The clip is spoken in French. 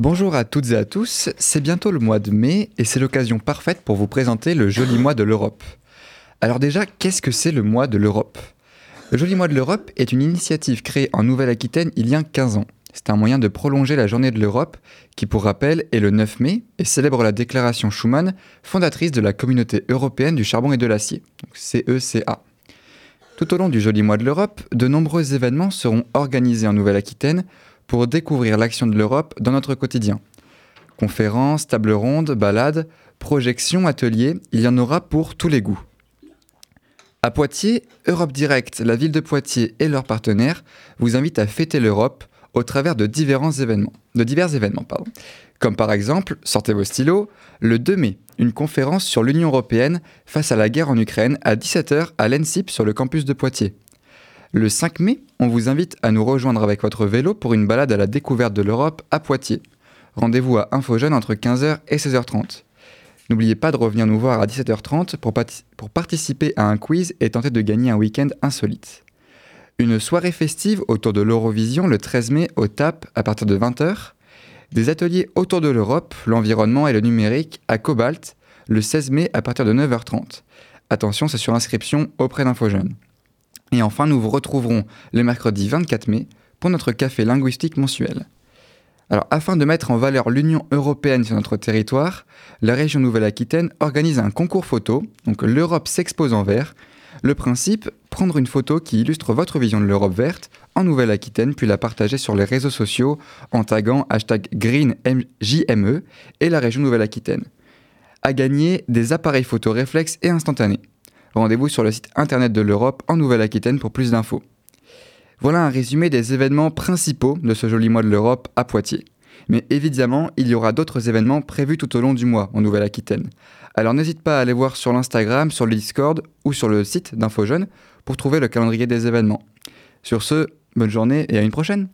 Bonjour à toutes et à tous, c'est bientôt le mois de mai et c'est l'occasion parfaite pour vous présenter le joli mois de l'Europe. Alors déjà, qu'est-ce que c'est le mois de l'Europe ? Le joli mois de l'Europe est une initiative créée en Nouvelle-Aquitaine il y a 15 ans. C'est un moyen de prolonger la journée de l'Europe qui, pour rappel, est le 9 mai et célèbre la déclaration Schuman, fondatrice de la Communauté européenne du charbon et de l'acier, donc CECA. Tout au long du joli mois de l'Europe, de nombreux événements seront organisés en Nouvelle-Aquitaine pour découvrir l'action de l'Europe dans notre quotidien. Conférences, tables rondes, balades, projections, ateliers, il y en aura pour tous les goûts. À Poitiers, Europe Direct, la ville de Poitiers et leurs partenaires vous invitent à fêter l'Europe au travers de divers événements. Comme par exemple, sortez vos stylos, le 2 mai, une conférence sur l'Union européenne face à la guerre en Ukraine à 17h à l'ENSIP sur le campus de Poitiers. Le 5 mai, on vous invite à nous rejoindre avec votre vélo pour une balade à la découverte de l'Europe à Poitiers. Rendez-vous à InfoJeune entre 15h et 16h30. N'oubliez pas de revenir nous voir à 17h30 pour participer à un quiz et tenter de gagner un week-end insolite. Une soirée festive autour de l'Eurovision le 13 mai au TAP à partir de 20h. Des ateliers autour de l'Europe, l'environnement et le numérique à Cobalt le 16 mai à partir de 9h30. Attention, c'est sur inscription auprès d'InfoJeune. Et enfin, nous vous retrouverons le mercredi 24 mai pour notre café linguistique mensuel. Alors, afin de mettre en valeur l'Union européenne sur notre territoire, la région Nouvelle-Aquitaine organise un concours photo, donc l'Europe s'expose en vert. Le principe, prendre une photo qui illustre votre vision de l'Europe verte en Nouvelle-Aquitaine, puis la partager sur les réseaux sociaux en taguant #GreenJME et la région Nouvelle-Aquitaine. À gagner des appareils photo réflexes et instantanés. Rendez-vous sur le site internet de l'Europe en Nouvelle-Aquitaine pour plus d'infos. Voilà un résumé des événements principaux de ce joli mois de l'Europe à Poitiers. Mais évidemment, il y aura d'autres événements prévus tout au long du mois en Nouvelle-Aquitaine. Alors n'hésite pas à aller voir sur l'Instagram, sur le Discord ou sur le site d'InfoJeune pour trouver le calendrier des événements. Sur ce, bonne journée et à une prochaine.